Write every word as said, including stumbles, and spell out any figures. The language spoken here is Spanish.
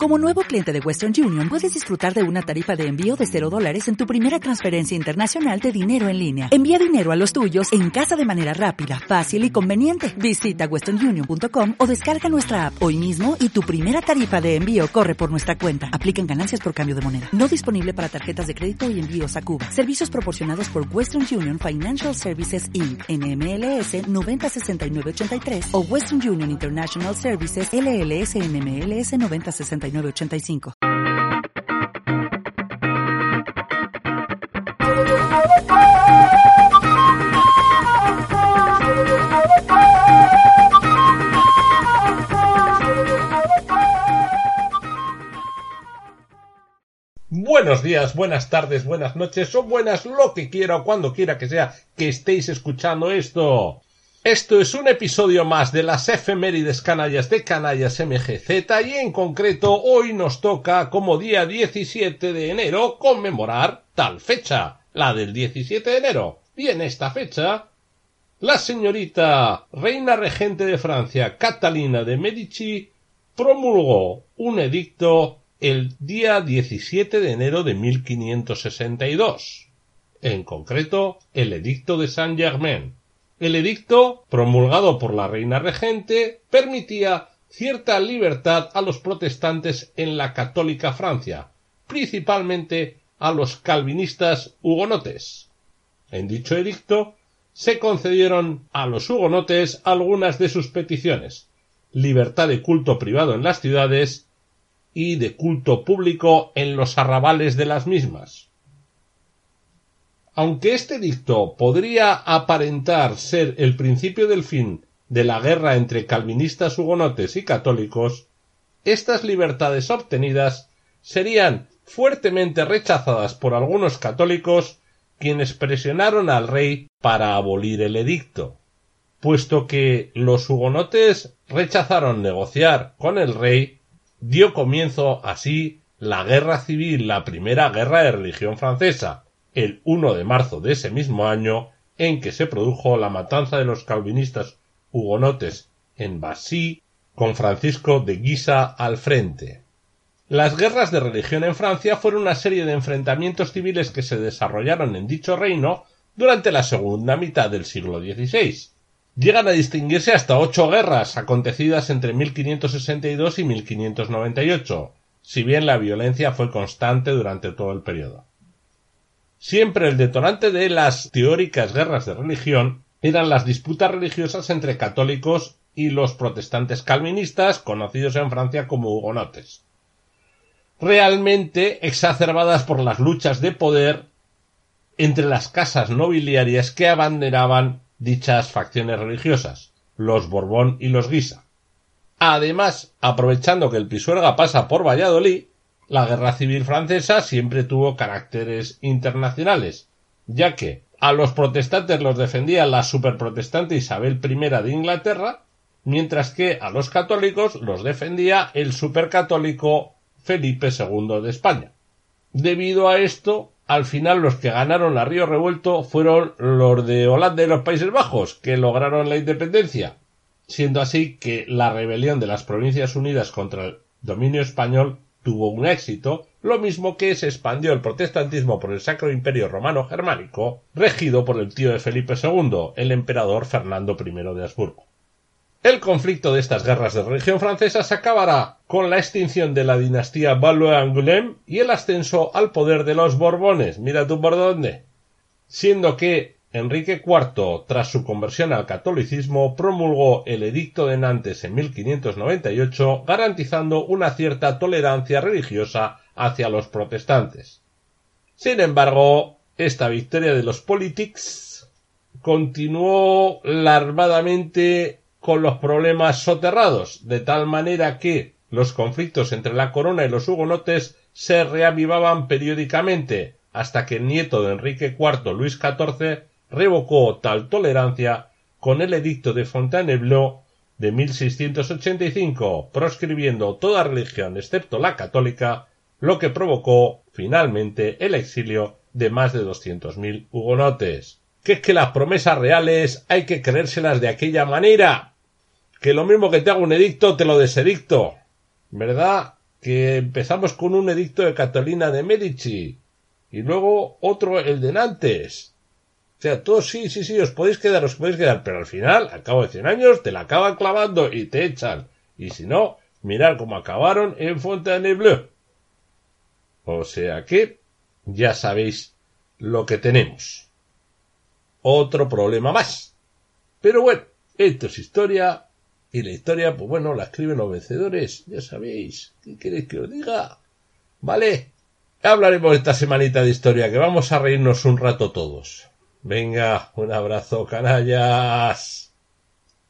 Como nuevo cliente de Western Union, puedes disfrutar de una tarifa de envío de cero dólares en tu primera transferencia internacional de dinero en línea. Envía dinero a los tuyos en casa de manera rápida, fácil y conveniente. Visita western union punto com o descarga nuestra app hoy mismo y tu primera tarifa de envío corre por nuestra cuenta. Aplican ganancias por cambio de moneda. No disponible para tarjetas de crédito y envíos a Cuba. Servicios proporcionados por Western Union Financial Services incorporated. N M L S noventa sesenta y nueve ochenta y tres o Western Union International Services L L S N M L S noventa sesenta y nueve ochenta y cinco. Buenos días, buenas tardes, buenas noches o buenas lo que quiera o cuando quiera que sea que estéis escuchando esto. Esto es un episodio más de las efemérides canallas de Canallas M G Z y en concreto hoy nos toca como día diecisiete de enero conmemorar tal fecha, la del diecisiete de enero. Y en esta fecha, la señorita reina regente de Francia, Catalina de Medici, promulgó un edicto el día diecisiete de enero de mil quinientos sesenta y dos. En concreto, el edicto de Saint-Germain. El edicto, promulgado por la reina regente, permitía cierta libertad a los protestantes en la católica Francia, principalmente a los calvinistas hugonotes. En dicho edicto se concedieron a los hugonotes algunas de sus peticiones: libertad de culto privado en las ciudades y de culto público en los arrabales de las mismas. Aunque este edicto podría aparentar ser el principio del fin de la guerra entre calvinistas hugonotes y católicos, estas libertades obtenidas serían fuertemente rechazadas por algunos católicos, quienes presionaron al rey para abolir el edicto. Puesto que los hugonotes rechazaron negociar con el rey, dio comienzo así la guerra civil, la primera guerra de religión francesa, el uno de marzo de ese mismo año, en que se produjo la matanza de los calvinistas hugonotes en Bassy, con Francisco de Guisa al frente. Las guerras de religión en Francia fueron una serie de enfrentamientos civiles que se desarrollaron en dicho reino durante la segunda mitad del siglo dieciséis. Llegan a distinguirse hasta ocho guerras acontecidas entre mil quinientos sesenta y dos y mil quinientos noventa y ocho, si bien la violencia fue constante durante todo el periodo. Siempre el detonante de las teóricas guerras de religión eran las disputas religiosas entre católicos y los protestantes calvinistas, conocidos en Francia como hugonotes, realmente exacerbadas por las luchas de poder entre las casas nobiliarias que abanderaban dichas facciones religiosas, los Borbón y los Guisa. Además, aprovechando que el Pisuerga pasa por Valladolid, la guerra civil francesa siempre tuvo caracteres internacionales, ya que a los protestantes los defendía la superprotestante Isabel primera de Inglaterra, mientras que a los católicos los defendía el supercatólico Felipe segundo de España. Debido a esto, al final los que ganaron a río revuelto fueron los de Holanda y los Países Bajos, que lograron la independencia, siendo así que la rebelión de las Provincias Unidas contra el dominio español tuvo un éxito, lo mismo que se expandió el protestantismo por el Sacro Imperio Romano Germánico, regido por el tío de Felipe segundo, el emperador Fernando primero de Habsburgo. El conflicto de estas guerras de religión francesas acabará con la extinción de la dinastía Valois-Angoulême y el ascenso al poder de los Borbones, mira tú por dónde, siendo que Enrique cuarto, tras su conversión al catolicismo, promulgó el Edicto de Nantes en mil quinientos noventa y ocho, garantizando una cierta tolerancia religiosa hacia los protestantes. Sin embargo, esta victoria de los politics continuó larvadamente con los problemas soterrados, de tal manera que los conflictos entre la corona y los hugonotes se reavivaban periódicamente, hasta que el nieto de Enrique cuarto, Luis catorce, revocó tal tolerancia con el edicto de Fontainebleau de mil seiscientos ochenta y cinco, proscribiendo toda religión excepto la católica, lo que provocó finalmente el exilio de más de doscientos mil hugonotes. Que es que las promesas reales hay que creérselas de aquella manera, que lo mismo que te hago un edicto te lo desedicto, ¿verdad? que empezamos con un edicto de Catalina de Medici, y luego otro, el de Nantes. O sea, todos sí, sí, sí, os podéis quedar, os podéis quedar, pero al final, al cabo de cien años, te la acaban clavando y te echan. Y si no, mirad cómo acabaron en Fontainebleau. O sea que, ya sabéis lo que tenemos. Otro problema más. Pero bueno, esto es historia, y la historia, pues bueno, la escriben los vencedores, ya sabéis. ¿Qué queréis que os diga? ¿Vale? Hablaremos esta semanita de historia, que vamos a reírnos un rato todos. Venga, un abrazo, canallas.